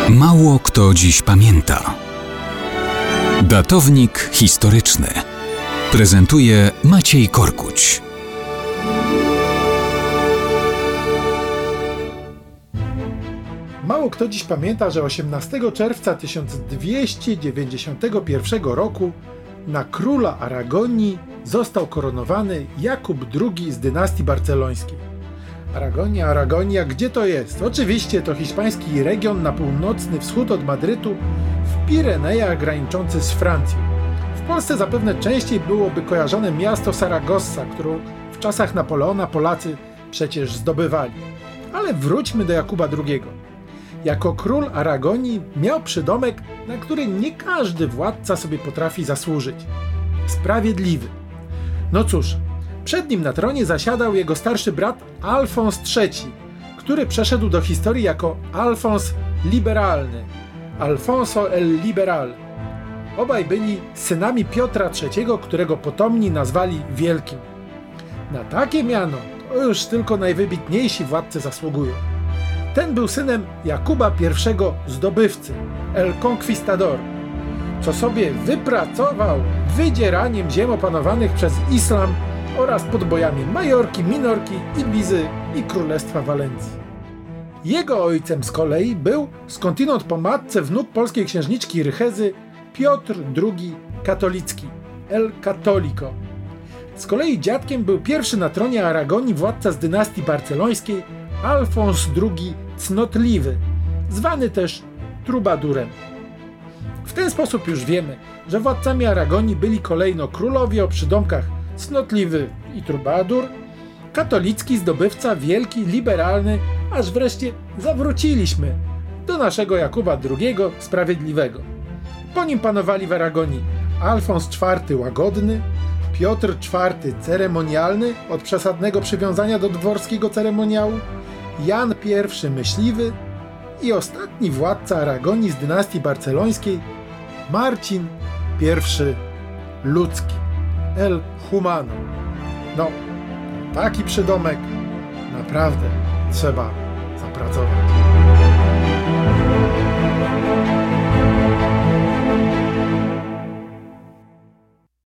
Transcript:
Mało kto dziś pamięta. Datownik historyczny prezentuje Maciej Korkuć. Mało kto dziś pamięta, że 18 czerwca 1291 roku na króla Aragonii został koronowany Jakub II z dynastii barcelońskiej. Aragonia, gdzie to jest? Oczywiście to hiszpański region na północny wschód od Madrytu, w Pirenejach graniczący z Francją. W Polsce zapewne częściej byłoby kojarzone miasto Saragossa, którą w czasach Napoleona Polacy przecież zdobywali. Ale wróćmy do Jakuba II. Jako król Aragonii miał przydomek, na który nie każdy władca sobie potrafi zasłużyć. Sprawiedliwy. No cóż, przed nim na tronie zasiadał jego starszy brat Alfons III, który przeszedł do historii jako Alfons Liberalny, Alfonso el Liberal. Obaj byli synami Piotra III, którego potomni nazwali Wielkim. Na takie miano to już tylko najwybitniejsi władcy zasługują. Ten był synem Jakuba I Zdobywcy, el Conquistador, co sobie wypracował wydzieraniem ziem opanowanych przez islam oraz podbojami Majorki, Minorki, Ibizy i Królestwa Walencji. Jego ojcem z kolei był, skądinąd po matce wnuk polskiej księżniczki Rychezy, Piotr II Katolicki, el Catolico. Z kolei dziadkiem był pierwszy na tronie Aragonii władca z dynastii barcelońskiej, Alfons II Cnotliwy, zwany też Trubadurem. W ten sposób już wiemy, że władcami Aragonii byli kolejno królowie o przydomkach Cnotliwy i Trubadur, katolicki zdobywca, wielki, liberalny, aż wreszcie zawróciliśmy do naszego Jakuba II Sprawiedliwego. Po nim panowali w Aragonii Alfons IV Łagodny, Piotr IV Ceremonialny, od przesadnego przywiązania do dworskiego ceremoniału, Jan I Myśliwy i ostatni władca Aragonii z dynastii barcelońskiej, Marcin I Ludzki, el Humano. No, taki przydomek naprawdę trzeba zapracować.